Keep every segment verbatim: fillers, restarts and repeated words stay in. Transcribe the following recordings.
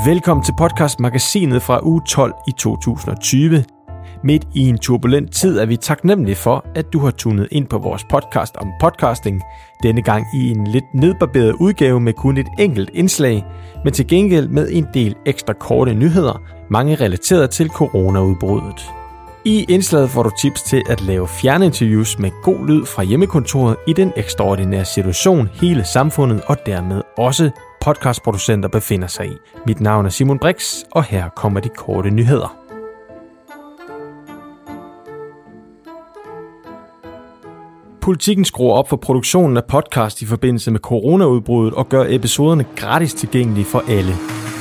Velkommen til podcastmagasinet fra uge tolv i to tusind og tyve. Midt i en turbulent tid er vi taknemmelige for, at du har tunet ind på vores podcast om podcasting. Denne gang i en lidt nedbarberet udgave med kun et enkelt indslag, men til gengæld med en del ekstra korte nyheder, mange relateret til coronaudbruddet. I indslaget får du tips til at lave fjerninterviews med god lyd fra hjemmekontoret i den ekstraordinære situation, hele samfundet og dermed også podcastproducenter befinder sig i. Mit navn er Simon Brix, og her kommer de korte nyheder. Politikken skruer op for produktionen af podcast i forbindelse med coronaudbruddet og gør episoderne gratis tilgængelige for alle.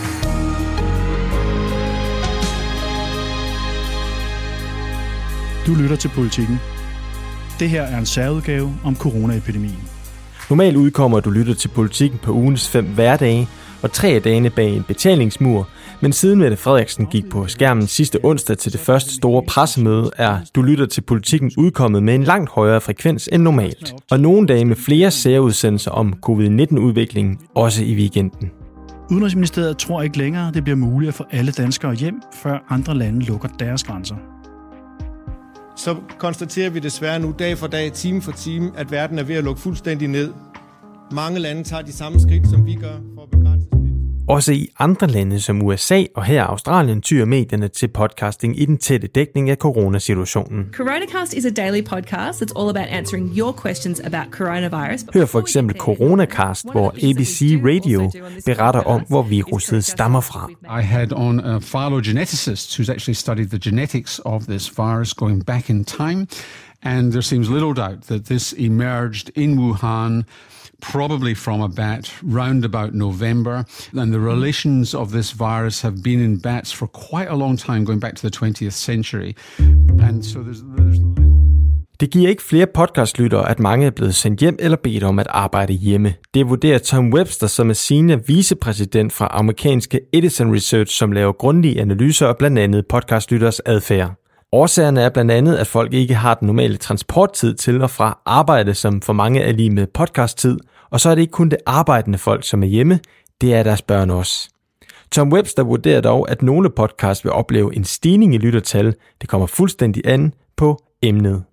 Du lytter til Politikken. Det her er en særudgave om coronaepidemien. Normalt udkommer du lytter til Politikken på ugens fem hverdage og tre af dagene bag en betalingsmur, men siden Mette Frederiksen gik på skærmen sidste onsdag til det første store pressemøde, er Du lytter til Politikken udkommet med en langt højere frekvens end normalt, og nogle dage med flere særudsendelser om covid nitten-udviklingen, også i weekenden. Udenrigsministeriet tror ikke længere, det bliver muligt at få alle danskere hjem, før andre lande lukker deres grænser. Så konstaterer vi desværre nu dag for dag, time for time, at verden er ved at lukke fuldstændig ned. Mange lande tager de samme skridt, som vi gør for at begrænse smitte. Også i andre lande som U S A og her Australien tyr medierne til podcasting i den tætte dækning af coronasituationen. Coronacast is a daily podcast that's all about answering your questions about coronavirus. Hør for eksempel Coronacast, hvor A B C Radio beretter om, hvor viruset stammer fra. I had on a phylogeneticist who's actually studied the genetics of this virus going back in time, and there seems little doubt that this emerged in Wuhan, probably from a bat round about November, and the relations of this virus have been in bats for quite a long time, going back to the twentieth century. And so there's, there's Det giver ikke flere podcastlyttere, at mange er blevet sendt hjem eller bedt om at arbejde hjemme. Det vurderer Tom Webster, som er senior vicepræsident fra amerikanske Edison Research, som laver grundige analyser af blandt andet podcastlytteres adfærd. Årsagerne er blandt andet, at folk ikke har den normale transporttid til og fra arbejde, som for mange er lige med podcasttid, og så er det ikke kun det arbejdende folk, som er hjemme, det er deres børn også. Tom Webster vurderer dog, at nogle podcasts vil opleve en stigning i lyttertal. Det kommer fuldstændig an på emnet.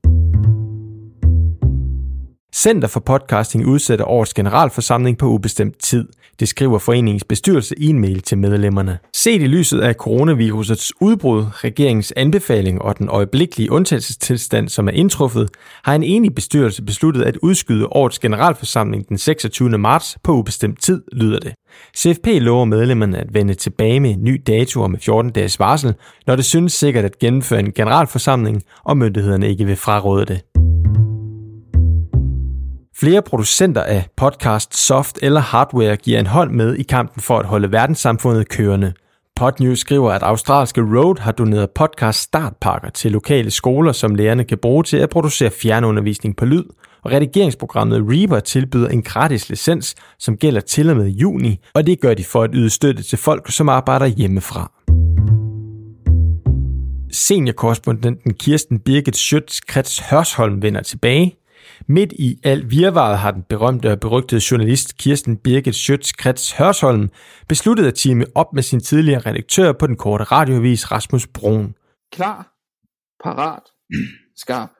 Center for Podcasting udsætter årets generalforsamling på ubestemt tid. Det skriver foreningens bestyrelse i en mail til medlemmerne. Set i lyset af coronavirusets udbrud, regeringens anbefaling og den øjeblikkelige undtagelsestilstand, som er indtruffet, har en enig bestyrelse besluttet at udskyde årets generalforsamling den seksogtyvende marts på ubestemt tid, lyder det. C F P lover medlemmerne at vende tilbage med en ny dato og med fjorten dages varsel, når det synes sikkert at gennemføre en generalforsamling, og myndighederne ikke vil fraråde det. Flere producenter af podcast, soft eller hardware giver en hånd med i kampen for at holde verdenssamfundet kørende. Podnews skriver, at australske Rode har doneret podcast startpakker til lokale skoler, som lærerne kan bruge til at producere fjernundervisning på lyd, og redigeringsprogrammet Reaper tilbyder en gratis licens, som gælder til og med juni, og det gør de for at yde støtte til folk, som arbejder hjemmefra. Seniorkorrespondenten Kirsten Birgit Schiøtz-Kretz Hørsholm vender tilbage. Midt i alt virvaret har den berømte og berygtede journalist Kirsten Birgit Schiøtz-Kretz Hørsholm besluttet at teame op med sin tidligere redaktør på den korte radioavis Rasmus Bruun. Klar, parat, skarp.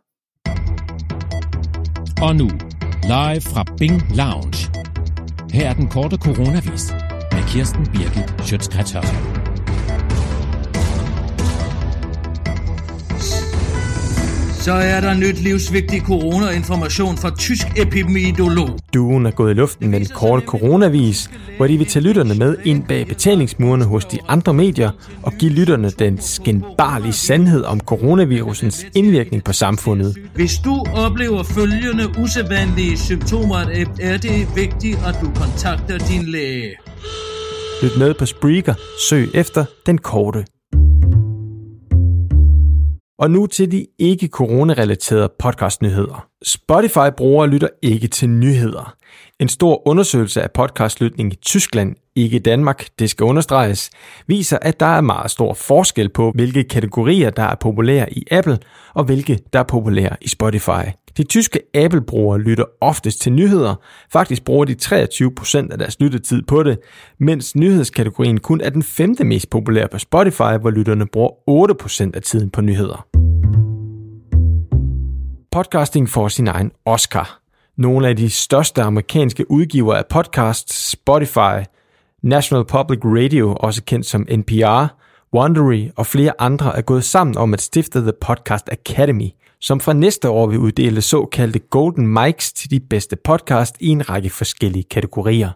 Og nu, live fra Bing Lounge. Her er den korte coronavis med Kirsten Birgit Schiøtz-Kretz Hørsholm. Så er der nyt livsvigtig coronainformation fra tysk epidemiolog. Duoen er gået i luften med den korte coronavis, hvor de vil tage lytterne med ind bag betalingsmurene hos de andre medier og give lytterne den skinbarlige sandhed om coronavirusens indvirkning på samfundet. Hvis du oplever følgende usædvanlige symptomer, er det vigtigt, at du kontakter din læge. Lyt med på Spreaker. Søg efter den korte. Og nu til de ikke-corona-relaterede podcastnyheder. Spotify-brugere lytter ikke til nyheder. En stor undersøgelse af podcastlytning i Tyskland ikke Danmark, det skal understreges, viser, at der er meget stor forskel på, hvilke kategorier, der er populære i Apple, og hvilke, der er populære i Spotify. De tyske Apple-brugere lytter oftest til nyheder. Faktisk bruger de treogtyve procent af deres lyttetid på det, mens nyhedskategorien kun er den femte mest populære på Spotify, hvor lytterne bruger otte procent af tiden på nyheder. Podcasting får sin egen Oscar. Nogle af de største amerikanske udgivere af podcasts, Spotify, National Public Radio, også kendt som N P R, Wondery og flere andre er gået sammen om at stifte The Podcast Academy, som fra næste år vil uddele såkaldte Golden Mics til de bedste podcast i en række forskellige kategorier.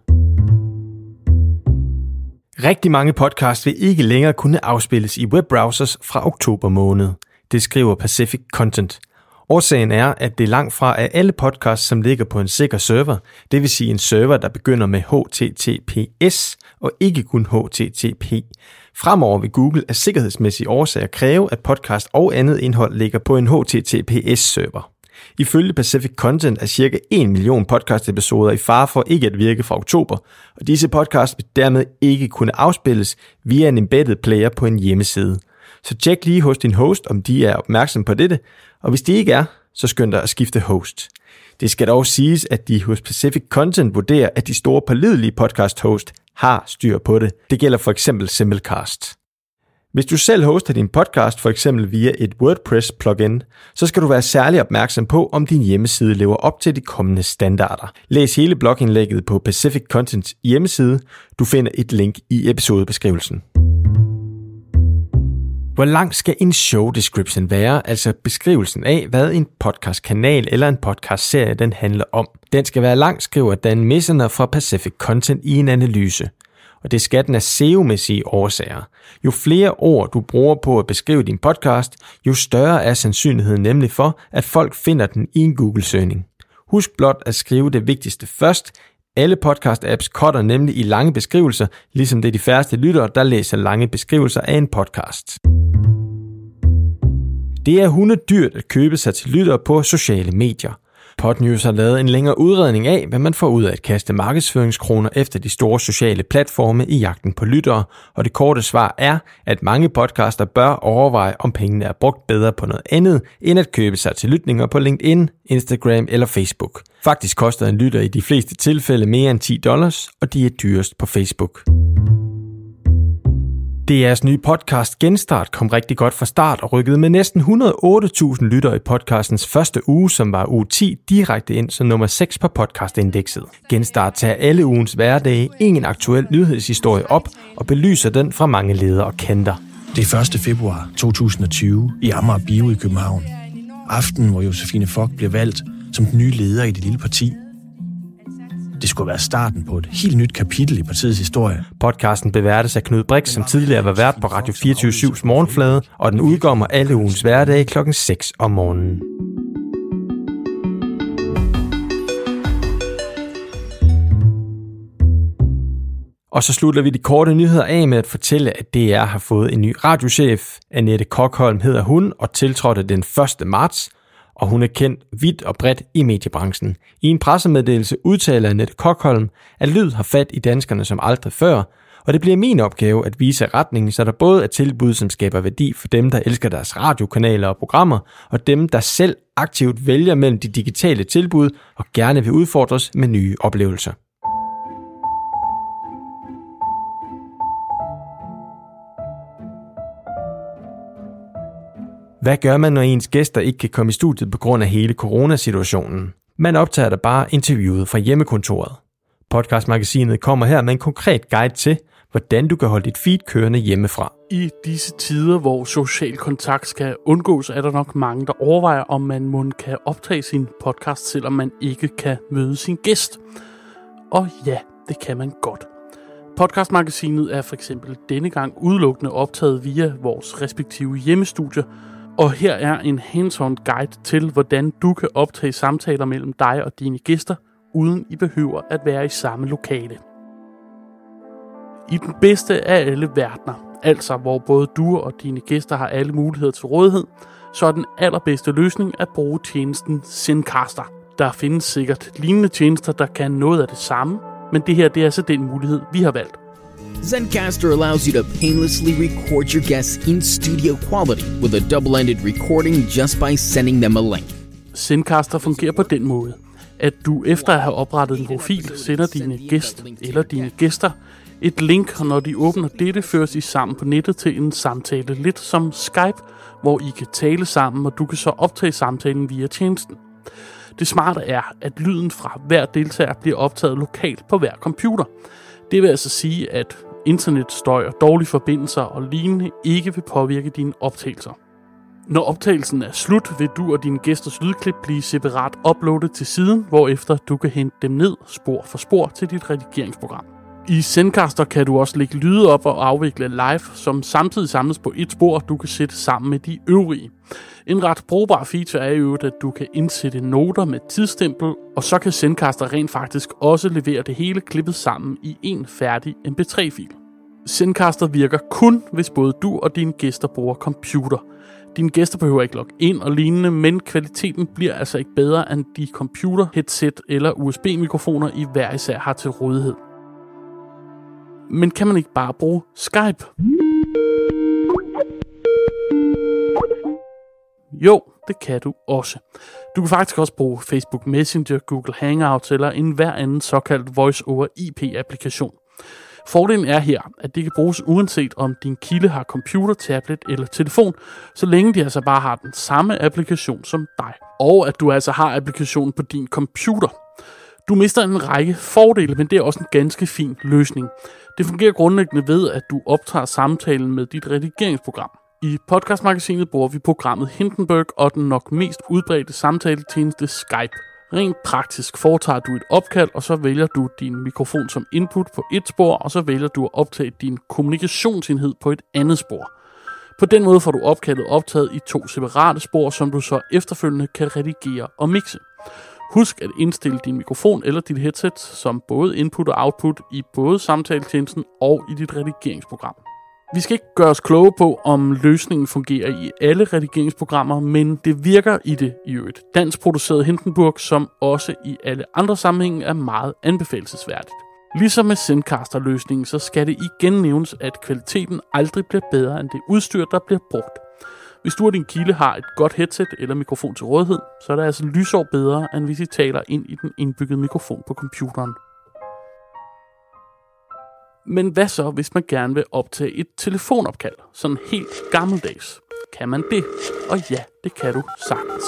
Rigtig mange podcasts vil ikke længere kunne afspilles i webbrowsers fra oktober måned. Det skriver Pacific Content. Årsagen er, at det langt fra er alle podcasts, som ligger på en sikker server, det vil sige en server, der begynder med H T T P S og ikke kun H T T P. Fremover vil Google af sikkerhedsmæssige årsager kræve, at podcast og andet indhold ligger på en H T T P S-server. Ifølge Pacific Content er cirka en million podcast-episoder i fare for ikke at virke fra oktober, og disse podcasts vil dermed ikke kunne afspilles via en embedded player på en hjemmeside. Så tjek lige hos din host, om de er opmærksom på dette, og hvis de ikke er, så skynd dig at skifte host. Det skal dog siges, at de hos Pacific Content vurderer, at de store pålidelige podcast host har styr på det. Det gælder for eksempel Simplecast. Hvis du selv hoster din podcast, for eksempel via et WordPress-plugin, så skal du være særlig opmærksom på, om din hjemmeside lever op til de kommende standarder. Læs hele blogindlægget på Pacific Contents hjemmeside. Du finder et link i episodebeskrivelsen. Hvor lang skal en show description være, altså beskrivelsen af, hvad en podcastkanal eller en podcastserie den handler om? Den skal være lang, skriver Dan Missener fra Pacific Content i en analyse. Og det skal den af S E O-mæssige årsager. Jo flere ord du bruger på at beskrive din podcast, jo større er sandsynligheden nemlig for, at folk finder den i en Google-søgning. Husk blot at skrive det vigtigste først. Alle podcast-apps cutter nemlig i lange beskrivelser, ligesom det er de færreste lyttere, der læser lange beskrivelser af en podcast. Det er hundedyrt at købe sig til lyttere på sociale medier. Podnews har lavet en længere udredning af, hvad man får ud af at kaste markedsføringskroner efter de store sociale platforme i jagten på lyttere, og det korte svar er, at mange podcaster bør overveje, om pengene er brugt bedre på noget andet, end at købe sig til lytninger på LinkedIn, Instagram eller Facebook. Faktisk koster en lytter i de fleste tilfælde mere end ti dollars, og de er dyrest på Facebook. D R's nye podcast Genstart kom rigtig godt fra start og rykkede med næsten et hundrede og otte tusind lyttere i podcastens første uge, som var uge ti, direkte ind som nummer seks på podcastindekset. Genstart tager alle ugens hverdage en aktuel nyhedshistorie op og belyser den fra mange ledere og kanter. Det er første februar to tusind og tyve i Amager Bio i København. Aften, hvor Josefine Fock bliver valgt som den nye leder i det lille parti. Det skulle være starten på et helt nyt kapitel i partiets historie. Podcasten beværtes af Knud Brix, som tidligere var vært på Radio fireogtyve syvs morgenflade, og den udkommer alle ugens hverdage klokken seks om morgenen. Og så slutter vi de korte nyheder af med at fortælle, at D R har fået en ny radiochef. Annette Kokholm hedder hun og tiltrådte den første marts. Og hun er kendt vidt og bredt i mediebranchen. I en pressemeddelelse udtaler Annette Kokholm, at lyd har fat i danskerne som aldrig før, og det bliver min opgave at vise retningen, så der både er tilbud, som skaber værdi for dem, der elsker deres radiokanaler og programmer, og dem, der selv aktivt vælger mellem de digitale tilbud og gerne vil udfordres med nye oplevelser. Hvad gør man, når ens gæster ikke kan komme i studiet på grund af hele coronasituationen? Man optager da bare interviewet fra hjemmekontoret. Podcastmagasinet kommer her med en konkret guide til, hvordan du kan holde dit feed kørende hjemmefra. I disse tider, hvor social kontakt skal undgås, er der nok mange, der overvejer, om man må kan optage sin podcast, selvom man ikke kan møde sin gæst. Og ja, det kan man godt. Podcastmagasinet er for eksempel denne gang udelukkende optaget via vores respektive hjemmestudier, og her er en hands-on guide til, hvordan du kan optage samtaler mellem dig og dine gæster, uden I behøver at være i samme lokale. I den bedste af alle verdener, altså hvor både du og dine gæster har alle muligheder til rådighed, så er den allerbedste løsning at bruge tjenesten Zencastr. Der findes sikkert lignende tjenester, der kan noget af det samme, men det her det er altså den mulighed, vi har valgt. Zencastr allows you to painlessly record your guests in studio quality with a double-ended recording just by sending them a link. Zencastr fungerer på den måde, at du efter at have oprettet en profil, sender dine gæst eller dine gæster et link, og når de åbner dette, føres I sammen på nettet til en samtale, lidt som Skype, hvor I kan tale sammen, og du kan så optage samtalen via tjenesten. Det smarte er, at lyden fra hver deltager bliver optaget lokalt på hver computer. Det vil altså sige, at internetstøj og dårlige forbindelser og lignende ikke vil påvirke dine optagelser. Når optagelsen er slut, vil du og dine gæsters lydklip blive separat uploadet til siden, hvorefter du kan hente dem ned spor for spor til dit redigeringsprogram. I Zencastr kan du også lægge lyde op og afvikle live, som samtidig samles på et spor, du kan sætte sammen med de øvrige. En ret brugbar feature er jo, at du kan indsætte noter med tidsstempel, og så kan Zencastr rent faktisk også levere det hele klippet sammen i en færdig M P tre fil. Zencastr virker kun, hvis både du og dine gæster bruger computer. Dine gæster behøver ikke logge ind og lignende, men kvaliteten bliver altså ikke bedre end de computer, headset eller U S B-mikrofoner I hver især har til rådighed. Men kan man ikke bare bruge Skype? Jo, det kan du også. Du kan faktisk også bruge Facebook Messenger, Google Hangouts eller en hver anden såkaldt Voice-over I P-applikation. Fordelen er her, at det kan bruges uanset om din kilde har computer, tablet eller telefon, så længe de altså bare har den samme applikation som dig. Og at du altså har applikationen på din computer. Du mister en række fordele, men det er også en ganske fin løsning. Det fungerer grundlæggende ved, at du optager samtalen med dit redigeringsprogram. I podcastmagasinet bruger vi programmet Hindenburg og den nok mest udbredte samtaletjeneste Skype. Rent praktisk foretager du et opkald, og så vælger du din mikrofon som input på et spor, og så vælger du at optage din kommunikationsenhed på et andet spor. På den måde får du opkaldet optaget i to separate spor, som du så efterfølgende kan redigere og mixe. Husk at indstille din mikrofon eller dit headset som både input og output i både samtaletjenesten og i dit redigeringsprogram. Vi skal ikke gøre os kloge på, om løsningen fungerer i alle redigeringsprogrammer, men det virker i det i øvrigt dansk produceret Hindenburg, som også i alle andre sammenhænge er meget anbefalelsesværdigt. Ligesom med Zencastr-løsningen, så skal det igen nævnes, at kvaliteten aldrig bliver bedre end det udstyr, der bliver brugt. Hvis du og din kilde har et godt headset eller mikrofon til rådighed, så er det altså lysår bedre, end hvis I taler ind i den indbyggede mikrofon på computeren. Men hvad så, hvis man gerne vil optage et telefonopkald? Sådan helt gammeldags. Kan man det? Og ja, det kan du sagtens.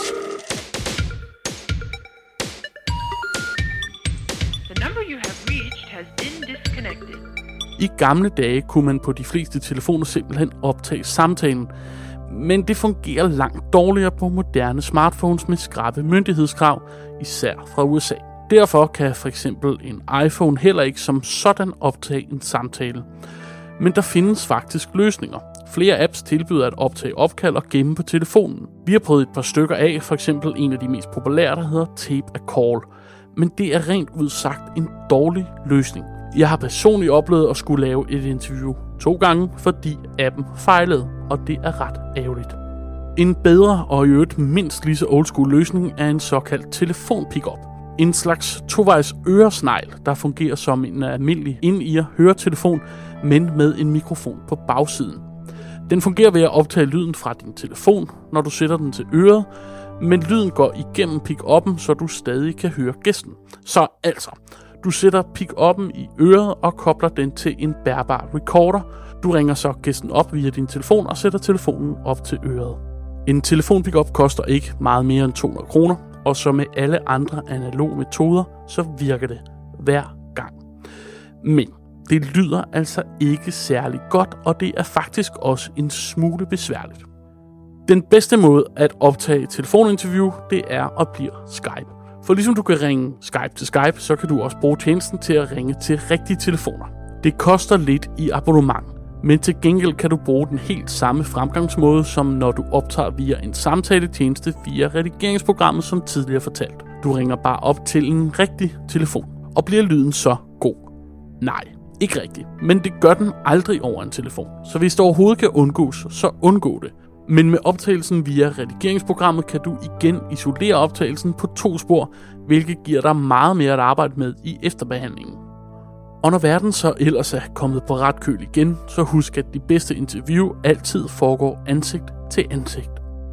The number you have reached has been disconnected. I gamle dage kunne man på de fleste telefoner simpelthen optage samtalen, men det fungerer langt dårligere på moderne smartphones med skrappe myndighedskrav, især fra U S A. Derfor kan for eksempel en iPhone heller ikke som sådan optage en samtale. Men der findes faktisk løsninger. Flere apps tilbyder at optage opkald og gemme på telefonen. Vi har prøvet et par stykker af, for eksempel en af de mest populære, der hedder Tape a Call. Men det er rent ud sagt en dårlig løsning. Jeg har personligt oplevet at skulle lave et interview to gange, fordi appen fejlede, og det er ret ærgerligt. En bedre og i øvrigt mindst lige så old school løsning er en såkaldt telefon-pickup. En slags tovejs øresnegl, der fungerer som en almindelig ind-ear høretelefon, men med en mikrofon på bagsiden. Den fungerer ved at optage lyden fra din telefon, når du sætter den til øret, men lyden går igennem pick-up'en, så du stadig kan høre gæsten. Så altså, du sætter pick-up'en i øret og kobler den til en bærbar recorder. Du ringer så gæsten op via din telefon og sætter telefonen op til øret. En telefon-pickup koster ikke meget mere end to hundrede kroner, og som med alle andre analoge metoder, så virker det hver gang. Men det lyder altså ikke særlig godt, og det er faktisk også en smule besværligt. Den bedste måde at optage et telefoninterview, det er og bliver Skype. For ligesom du kan ringe Skype til Skype, så kan du også bruge tjenesten til at ringe til rigtige telefoner. Det koster lidt i abonnement, men til gengæld kan du bruge den helt samme fremgangsmåde, som når du optager via en samtaletjeneste via redigeringsprogrammet, som tidligere fortalt. Du ringer bare op til en rigtig telefon, og bliver lyden så god? Nej, ikke rigtigt, men det gør den aldrig over en telefon. Så hvis det overhovedet kan undgås, så undgå det. Men med optagelsen via redigeringsprogrammet kan du igen isolere optagelsen på to spor, hvilket giver dig meget mere at arbejde med i efterbehandlingen. Og når verden så ellers er kommet på ret køl igen, så husk, at de bedste interview altid foregår ansigt til ansigt.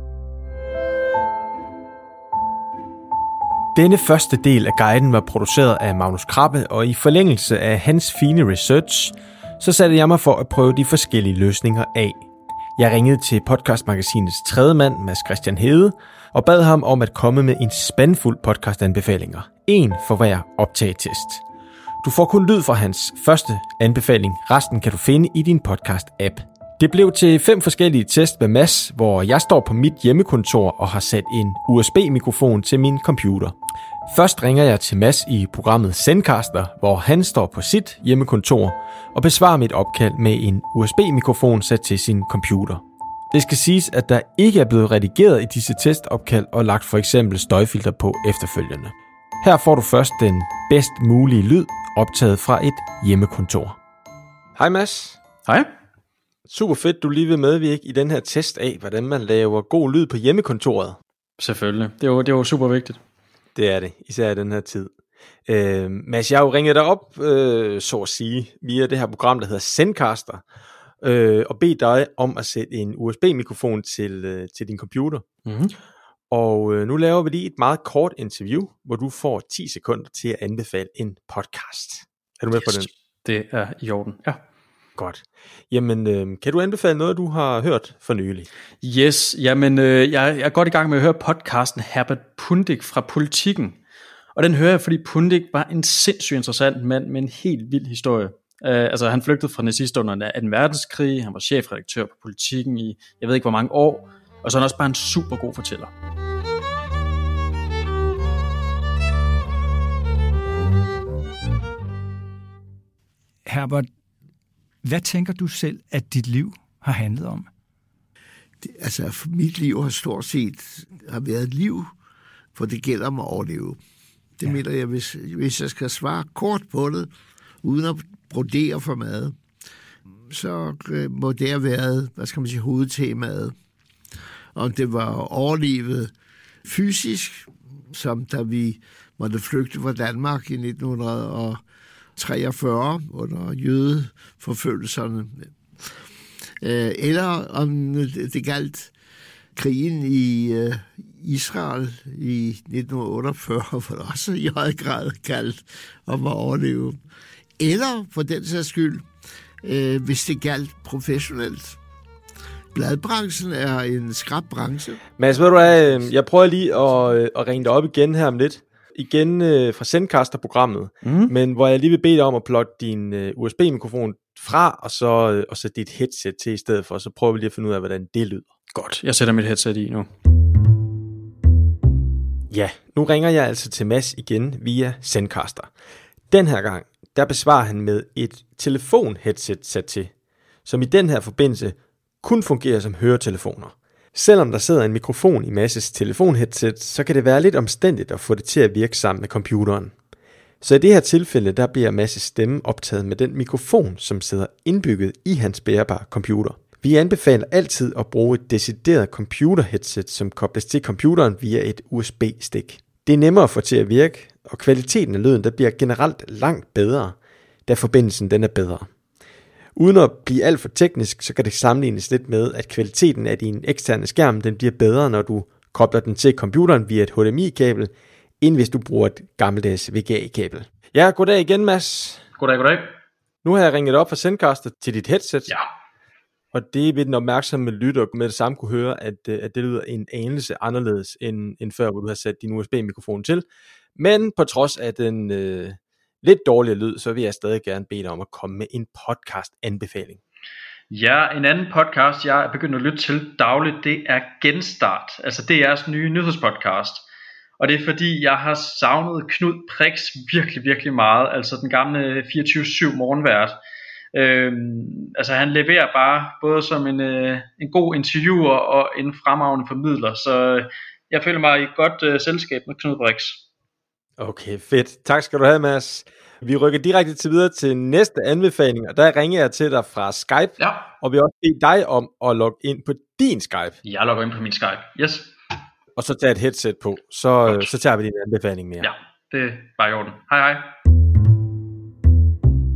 Denne første del af guiden var produceret af Magnus Krabbe, og i forlængelse af hans fine research, så satte jeg mig for at prøve de forskellige løsninger af. Jeg ringede til podcastmagasinets tredje mand, Mads Christian Hede, og bad ham om at komme med en spandfuld podcastanbefalinger. En for hver optagetest. Du får kun lyd fra hans første anbefaling. Resten kan du finde i din podcast-app. Det blev til fem forskellige test med Mads, hvor jeg står på mit hjemmekontor og har sat en U S B-mikrofon til min computer. Først ringer jeg til Mads i programmet Zencaster, hvor han står på sit hjemmekontor og besvarer mit opkald med en U S B-mikrofon sat til sin computer. Det skal siges, at der ikke er blevet redigeret i disse testopkald og lagt for eksempel støjfilter på efterfølgende. Her får du først den bedst mulige lyd optaget fra et hjemmekontor. Hej Mads. Hej. Super fedt, du lige vil medvirke i den her test af, hvordan man laver god lyd på hjemmekontoret. Selvfølgelig. Det er jo, det er jo super vigtigt. Det er det, især i den her tid. Øh, Mads, jeg har jo ringet dig op, øh, så at sige, via det her program, der hedder Zencaster, øh, og bedt dig om at sætte en U S B-mikrofon til, øh, til din computer. Mm-hmm. Og øh, nu laver vi lige et meget kort interview, hvor du får ti sekunder til at anbefale en podcast. Er du med yes, på den? Det er i orden, ja. Godt. Jamen, øh, kan du anbefale noget, du har hørt for nylig? Yes, jamen, øh, jeg, jeg er godt i gang med at høre podcasten Herbert Pundik fra Politikken. Og den hører jeg, fordi Pundik var en sindssygt interessant mand med en helt vild historie. Uh, altså, han flygtede fra nazister under anden verdenskrig, han var chefredaktør på Politikken i, jeg ved ikke hvor mange år, og så er han også bare en super god fortæller. Herbert, hvad tænker du selv, at dit liv har handlet om? Det, altså, mit liv har stort set har været et liv, for det gælder om at overleve. Det ja. mener jeg, hvis, hvis jeg skal svare kort på det, uden at brodere for mad, så må det have været, hvad skal man sige, hovedtemaet. Om det var overlevet fysisk, som da vi måtte flygte fra Danmark i nitten treogfyrre under jødeforfølgelserne. Eller om det galt krigen i Israel i nitten otteogfyrre, hvor det også i høj grad galt om at overleve. Eller for den sags skyld, hvis det galt professionelt. Bladbranchen er en skrap branche. Mads, ved du hvad, jeg prøver lige at, at ringe dig op igen her om lidt. Igen øh, fra Zencaster-programmet, mm. men hvor jeg lige vil bede dig om at plotte din øh, U S B-mikrofon fra, og så øh, og sætte dit headset til i stedet for, så prøver vi lige at finde ud af, hvordan det lyder. Godt, jeg sætter mit headset i nu. Ja, nu ringer jeg altså til Mads igen via Zencaster. Den her gang, der besvarer han med et telefon-headset sat til, som i den her forbindelse kun fungerer som høretelefoner. Selvom der sidder en mikrofon i Mads' telefonheadset, så kan det være lidt omstændigt at få det til at virke sammen med computeren. Så i det her tilfælde, der bliver Mads' stemme optaget med den mikrofon, som sidder indbygget i hans bærbare computer. Vi anbefaler altid at bruge et decideret computer-headset, som kobles til computeren via et U S B-stik. Det er nemmere at få til at virke, og kvaliteten af lyden der bliver generelt langt bedre, da forbindelsen den er bedre. Uden at blive alt for teknisk, så kan det sammenlignes lidt med, at kvaliteten af din eksterne skærm den bliver bedre, når du kobler den til computeren via et H D M I-kabel, end hvis du bruger et gammeldags V G A-kabel. Ja, goddag igen, Mads. Goddag, goddag. Nu har jeg ringet op fra Zencaster til dit headset. Ja. Og det vil den opmærksomme lytter med det samme kunne høre, at, at det lyder en anelse anderledes end, end før, hvor du har sat din U S B-mikrofon til. Men på trods af den øh, lidt dårlige lyd, så vil jeg stadig gerne bede dig om at komme med en podcast-anbefaling. Ja, en anden podcast, jeg er begyndt at lytte til dagligt, det er Genstart. Altså det er jeres nye nyhedspodcast. Og det er fordi, jeg har savnet Knud Brix virkelig, virkelig meget. Altså den gamle fireogtyve syv morgenvært. Øhm, altså han leverer bare både som en, øh, en god interviewer og en fremragende formidler. Så jeg føler mig i et godt øh, selskab med Knud Brix. Okay, fedt. Tak skal du have, Mads. Vi rykker direkte til videre til næste anbefaling, og der ringer jeg til dig fra Skype, ja. Og vil også bede dig om at logge ind på din Skype. Jeg logger ind på min Skype, yes. Og så tage et headset på, så, så tager vi din anbefaling mere. Ja, det er bare i orden. Hej hej.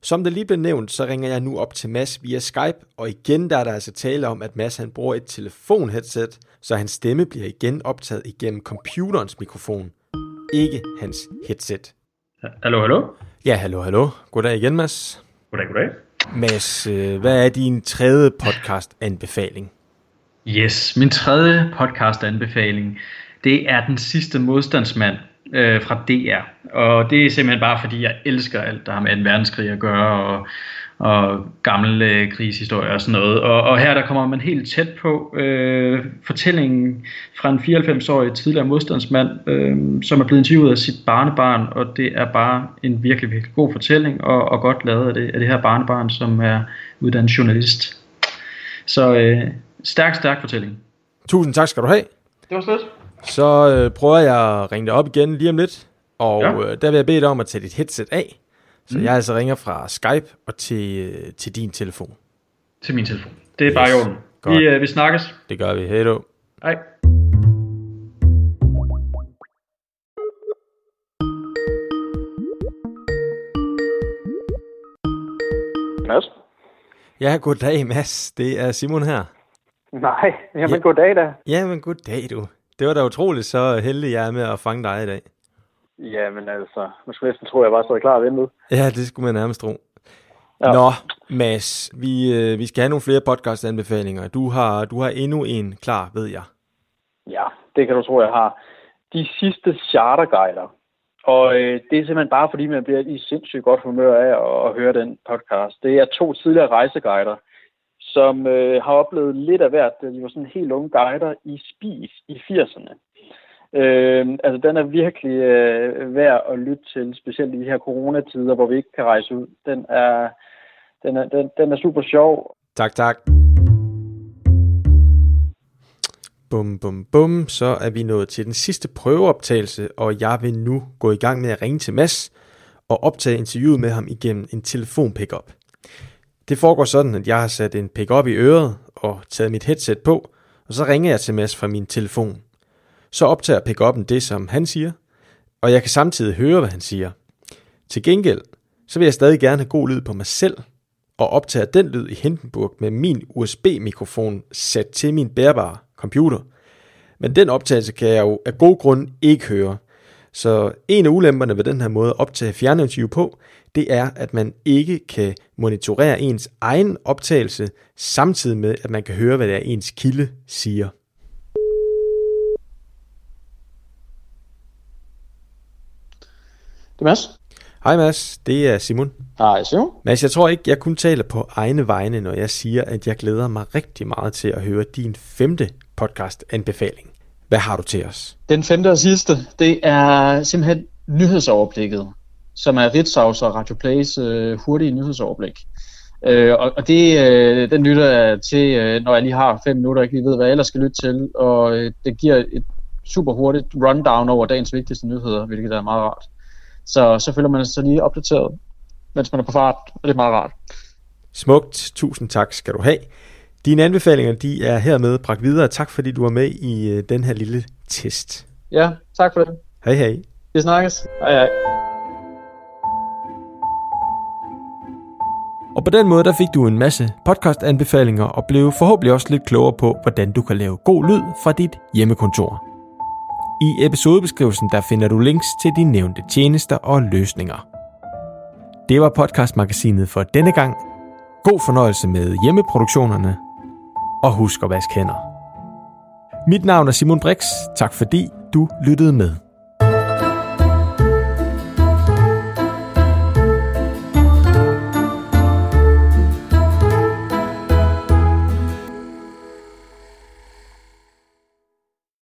Som det lige blev nævnt, så ringer jeg nu op til Mads via Skype, og igen der er der altså tale om, at Mads han bruger et telefonheadset, så hans stemme bliver igen optaget igennem computerens mikrofon, ikke hans headset. Hallo, hallo? Ja, hallo, hallo. Goddag igen, Mads. Goddag, goddag. Mads, hvad er din tredje podcast-anbefaling? Yes, min tredje podcast-anbefaling, det er Den sidste modstandsmand øh, fra D R. Og det er simpelthen bare fordi, jeg elsker alt, der har med anden verdenskrig at gøre, og, og gamle øh, krigshistorier og sådan noget. Og, og her der kommer man helt tæt på øh, fortællingen fra en fireoghalvfems-årig tidligere modstandsmand, øh, som er blevet interviewet af sit barnebarn, og det er bare en virkelig, virkelig god fortælling, og, og godt lavet af det, af det her barnebarn, som er uddannet journalist. Så øh, stærk, stærk fortælling. Tusind tak skal du have. Det var slet. Så øh, prøver jeg at ringe dig op igen lige om lidt, og Ja. øh, der vil jeg bede dig om at tage dit headset af, så Mm. jeg altså ringer fra Skype og til, øh, til din telefon. Til min telefon. Det er bare i orden. Godt. Vi, øh, vi snakkes. Det gør vi. Hej då. Hej. Mads? Ja, goddag Mads. Det er Simon her. Nej, jamen Ja. goddag da. Jamen goddag du. Det var da utroligt så heldig jeg er med at fange dig i dag. Jamen altså, man skulle næsten tro, at jeg bare stod klar og ventede. Ja, det skulle man nærmest tro. Ja. Nå, Mads, vi, øh, vi skal have nogle flere podcast-anbefalinger. Du har, du har endnu en klar, ved jeg. Ja, det kan du tro, jeg har. De sidste charterguider. Og øh, det er simpelthen bare, fordi man bliver i sindssygt godt humør af at, at høre den podcast. Det er to tidligere rejseguider, som øh, har oplevet lidt af hvert. De var sådan helt unge guider i Spis i firserne. Øh, altså, den er virkelig øh, værd at lytte til, specielt i de her coronatider, hvor vi ikke kan rejse ud. Den er, den er, den, den er super sjov. Tak, tak. Bum, bum, bum. Så er vi nået til den sidste prøveoptagelse, og jeg vil nu gå i gang med at ringe til Mads og optage interviewet med ham igennem en telefon-pickup. Det foregår sådan, at jeg har sat en pickup i øret og taget mit headset på, og så ringer jeg til Mads fra min telefon. Så optager pickuppen det, som han siger, og jeg kan samtidig høre, hvad han siger. Til gengæld, så vil jeg stadig gerne have god lyd på mig selv, og optager den lyd i Hindenburg med min U S B-mikrofon sat til min bærbare computer. Men den optagelse kan jeg jo af god grund ikke høre. Så en af ulemperne ved den her måde at optage fjerninterview på, det er, at man ikke kan monitorere ens egen optagelse, samtidig med, at man kan høre, hvad det er, ens kilde siger. Det er Mads. Hej Mads, det er Simon. Hej Simon. Mads, jeg tror ikke, jeg kun taler på egne vegne, når jeg siger, at jeg glæder mig rigtig meget til at høre din femte podcast-anbefaling. Hvad har du til os? Den femte og sidste, det er simpelthen nyhedsoverblikket, som er Ritzaus og Radio Plays øh, hurtige nyhedsoverblik. Øh, og og det, øh, den lytter jeg til, øh, når jeg lige har fem minutter, og ikke lige ved, hvad jeg ellers skal lytte til. Og øh, det giver et super hurtigt rundown over dagens vigtigste nyheder, hvilket er meget rart. Så så føler man sig lige opdateret, mens man er på fart, og det er meget rart. Smukt. Tusind tak skal du have. Dine anbefalinger, de er hermed bragt videre. Tak fordi du var med i uh, den her lille test. Ja, tak for det. Hej hej. Vi snakkes. Hej hej. Og på den måde, der fik du en masse podcast-anbefalinger og blev forhåbentlig også lidt klogere på, hvordan du kan lave god lyd fra dit hjemmekontor. I episodebeskrivelsen, der finder du links til de nævnte tjenester og løsninger. Det var podcastmagasinet for denne gang. God fornøjelse med hjemmeproduktionerne, og husk at vaske hænder. Mit navn er Simon Brix. Tak fordi du lyttede med.